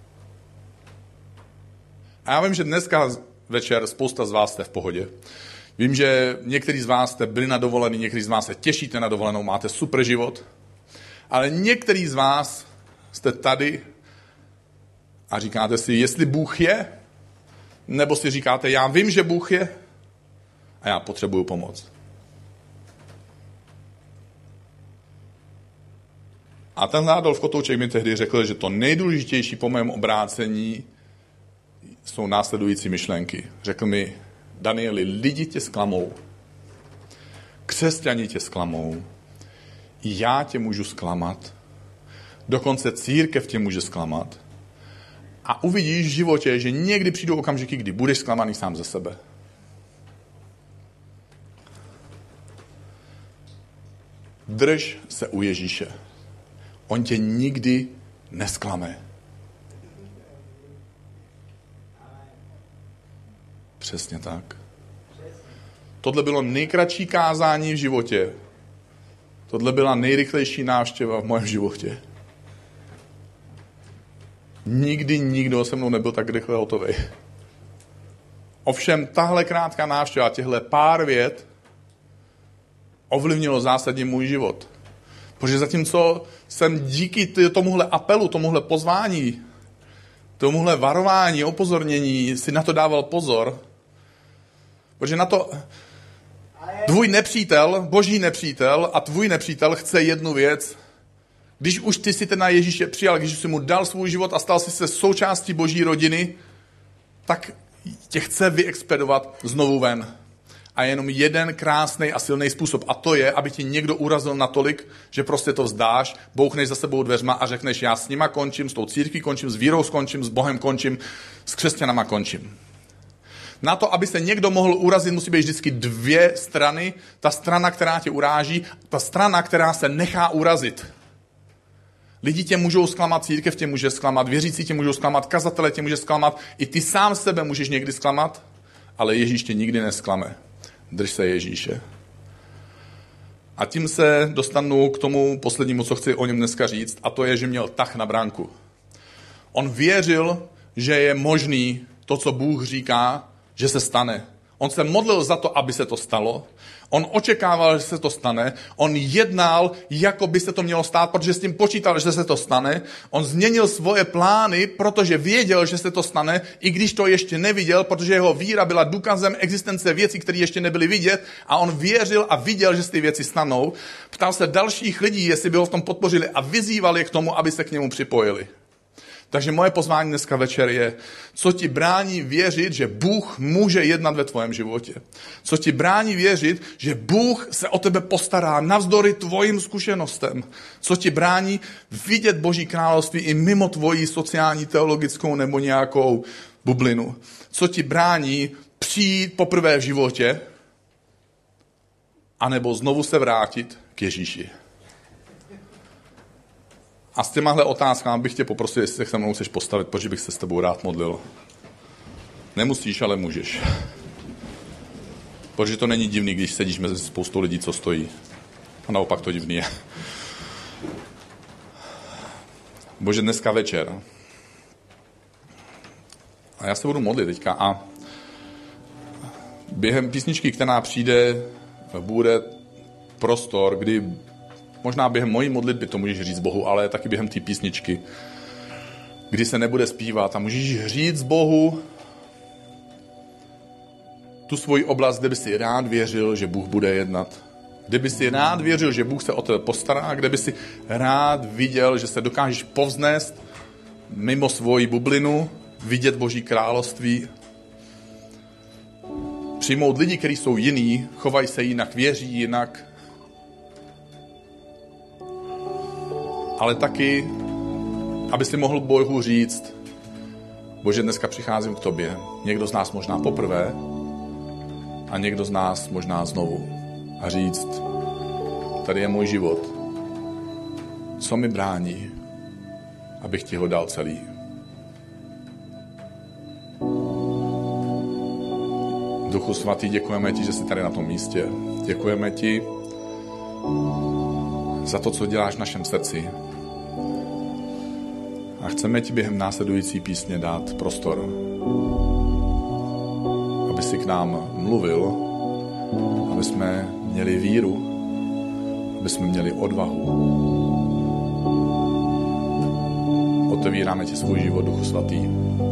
A já vím, že dneska večer spousta z vás jste v pohodě. Vím, že někteří z vás jste byli na dovolený, někteří z vás se těšíte na dovolenou, máte super život, ale někteří z vás jste tady a říkáte si, jestli Bůh je, nebo si říkáte, já vím, že Bůh je a já potřebuju pomoc. A ten Adolf Kotouček mi tehdy řekl, že to nejdůležitější po mém obrácení jsou následující myšlenky. Řekl mi, Danieli, lidi tě zklamou, křesťani tě zklamou, já tě můžu zklamat, dokonce církev tě může zklamat a uvidíš v životě, že někdy přijdou okamžiky, kdy budeš zklamaný sám ze sebe. Drž se u Ježíše. On tě nikdy nesklame. Přesně tak. Tohle bylo nejkratší kázání v životě. Tohle byla nejrychlejší návštěva v mém životě. Nikdy nikdo se mnou nebyl tak rychle hotový. Ovšem, tahle krátká návštěva, těhle pár vět ovlivnilo zásadně můj život. Protože zatímco jsem díky tomuhle apelu, tomuhle pozvání, tomuhle varování, upozornění si na to dával pozor, protože na to tvůj nepřítel, boží nepřítel a tvůj nepřítel chce jednu věc. Když už ty si ten na Ježíše přijal, když jsi mu dal svůj život a stal jsi se součástí boží rodiny, tak tě chce vyexpedovat znovu ven. A jenom jeden krásný a silný způsob. A to je, aby ti někdo urazil natolik, že prostě to vzdáš, bouchneš za sebou dveřma a řekneš, já s nima končím, s tou církví končím, s vírou skončím, s Bohem končím, s křesťanama končím. Na to, aby se někdo mohl urazit, musí být vždycky dvě strany. Ta strana, která tě uráží, ta strana, která se nechá urazit. Lidi tě můžou zklamat, církev tě může zklamat, věřící tě můžou zklamat, kazatele tě může zklamat, i ty sám sebe můžeš někdy zklamat, ale Ježíš tě nikdy nesklame. Drž se Ježíše. A tím se dostanu k tomu poslednímu, co chci o něm dneska říct, a to je, že měl tah na bránku. On věřil, že je možný to, co Bůh říká, že se stane. On se modlil za to, aby se to stalo. On očekával, že se to stane. On jednal, jako by se to mělo stát, protože s tím počítal, že se to stane. On změnil svoje plány, protože věděl, že se to stane, i když to ještě neviděl, protože jeho víra byla důkazem existence věcí, které ještě nebyly vidět, a on věřil a viděl, že se ty věci stanou. Ptal se dalších lidí, jestli by ho v tom podpořili, a vyzýval je k tomu, aby se k němu připojili. Takže moje pozvání dneska večer je, co ti brání věřit, že Bůh může jednat ve tvém životě. Co ti brání věřit, že Bůh se o tebe postará navzdory tvojim zkušenostem. Co ti brání vidět Boží království i mimo tvoji sociální, teologickou nebo nějakou bublinu. Co ti brání přijít poprvé v životě, anebo znovu se vrátit k Ježíši. A s těmahle otázkami bych tě poprosil, jestli se mnou chceš postavit, protože bych se s tebou rád modlil. Nemusíš, ale můžeš. Protože to není divný, když sedíš mezi spoustou lidí, co stojí. A naopak to divný je. Bože, dneska večer. A já se budu modlit teďka. A během písničky, která přijde, bude prostor, kdy možná během mojí modlitby to můžeš říct Bohu, ale taky během té písničky, kdy se nebude zpívat a můžeš říct Bohu tu svoji oblast, kde by si rád věřil, že Bůh bude jednat. Kde by si rád věřil, že Bůh se o tebe postará, kde by si rád viděl, že se dokážeš povznést mimo svoji bublinu, vidět Boží království, přijmout lidi, kteří jsou jiný, chovají se jinak, věří jinak, ale taky, aby si mohl Bohu říct, Bože, dneska přicházím k tobě. Někdo z nás možná poprvé a někdo z nás možná znovu. A říct, tady je můj život. Co mi brání, abych ti ho dal celý? Duchu svatý, děkujeme ti, že jsi tady na tom místě. Děkujeme ti za to, co děláš v našem srdci. A chceme ti během následující písně dát prostor, aby si k nám mluvil, aby jsme měli víru, aby jsme měli odvahu. Otevíráme ti svůj život, Duchu svatý.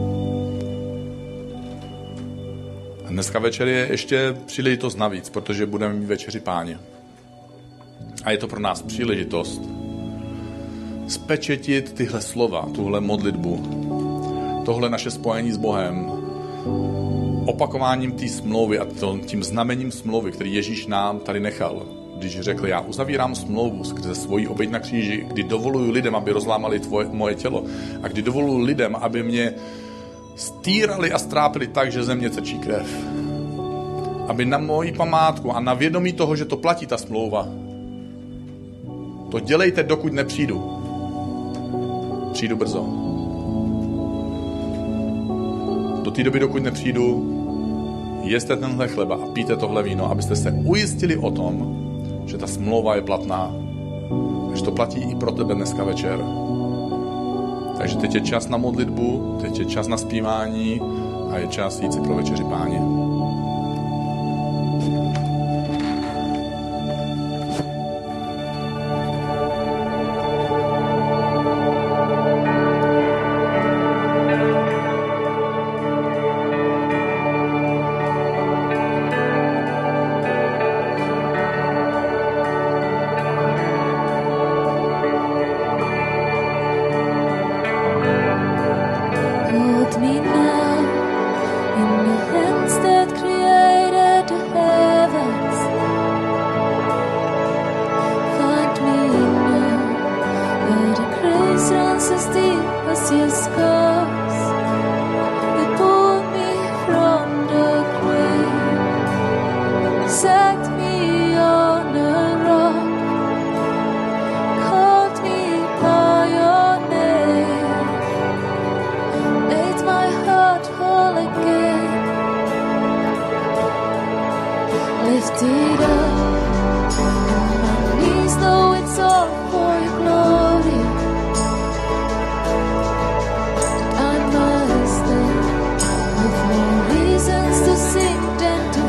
A dneska večer je ještě příležitost navíc, protože budeme mít večeři Páně. A je to pro nás příležitost spečetit tyhle slova, tuhle modlitbu, tohle naše spojení s Bohem, opakováním té smlouvy a tím znamením smlouvy, který Ježíš nám tady nechal. Když řekl, já uzavírám smlouvu skrze svoji oběť na kříži, kdy dovoluju lidem, aby rozlámali moje tělo, a kdy dovoluju lidem, aby mě stírali a strápili tak, že ze mě tečí krev. Aby na moji památku a na vědomí toho, že to platí ta smlouva, to dělejte, dokud nepřijdu. Přijdu brzo. Do té doby, dokud nepřijdu, jeste tenhle chleba a pijte tohle víno, abyste se ujistili o tom, že ta smlouva je platná. Že to platí i pro tebe dneska večer. Takže teď je čas na modlitbu, teď je čas na zpívání a je čas jít si pro večeři Páně. Reasons to sing and to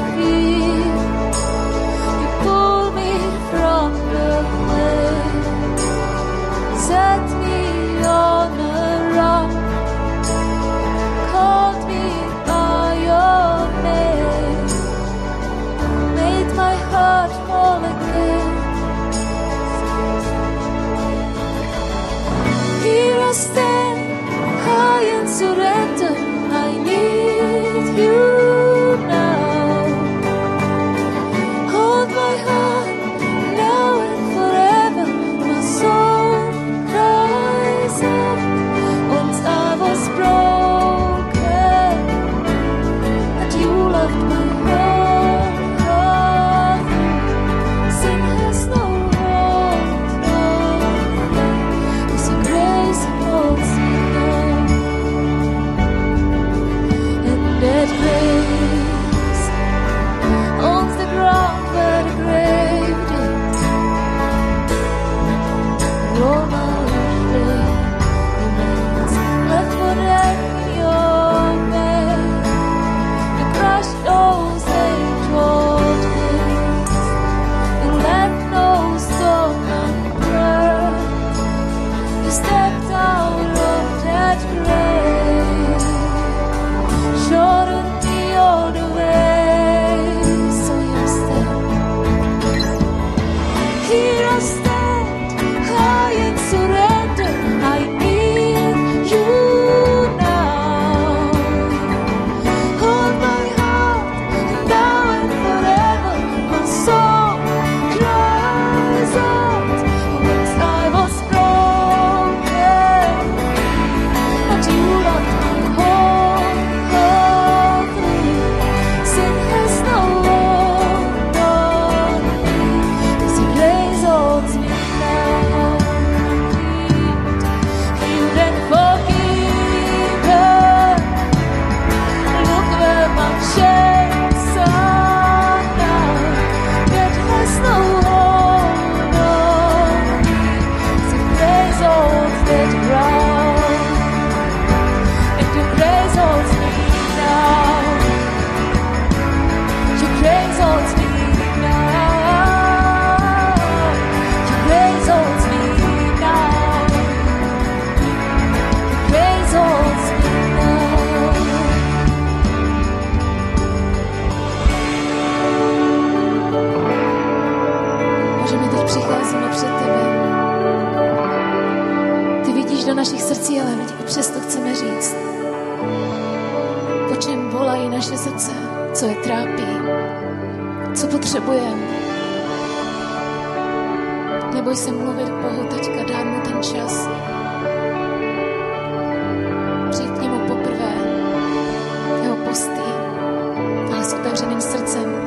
našich srdcí, ale i přesto chceme říct, po čem volají naše srdce, co je trápí, co potřebujeme. Neboj se mluvit k Bohu teďka, dát mu ten čas. Přijít k němu poprvé, jeho postý, ale s otevřeným srdcem.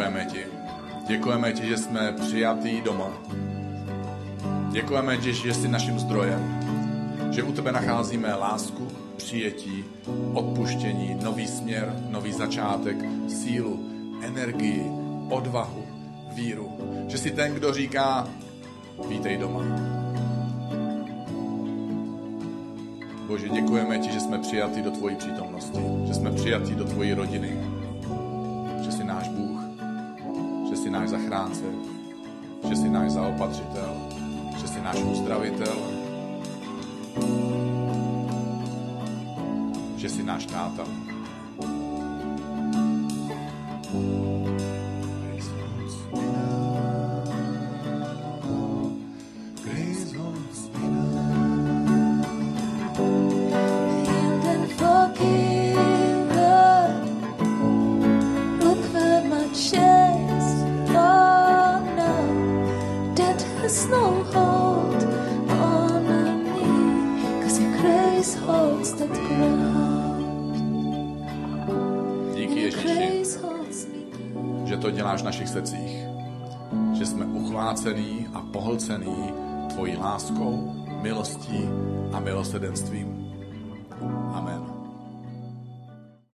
děkujeme ti. Děkujeme ti, že jsme přijatí doma. Děkujeme ti, že jsi naším zdrojem. Že u tebe nacházíme lásku, přijetí, odpuštění, nový směr, nový začátek, sílu, energii, odvahu, víru. Že jsi ten, kdo říká, vítej doma. Bože, děkujeme ti, že jsme přijatí do tvojí přítomnosti, že jsme přijatí do tvojí rodiny, že jsi náš Bůh, že jsi náš zachránce, že jsi náš zaopatřitel, že jsi náš uzdravitel, že jsi náš táta. To děláš v našich srdcích, že jsme uchvácený a pohlcený tvojí láskou, milostí a milosrdenstvím. Amen.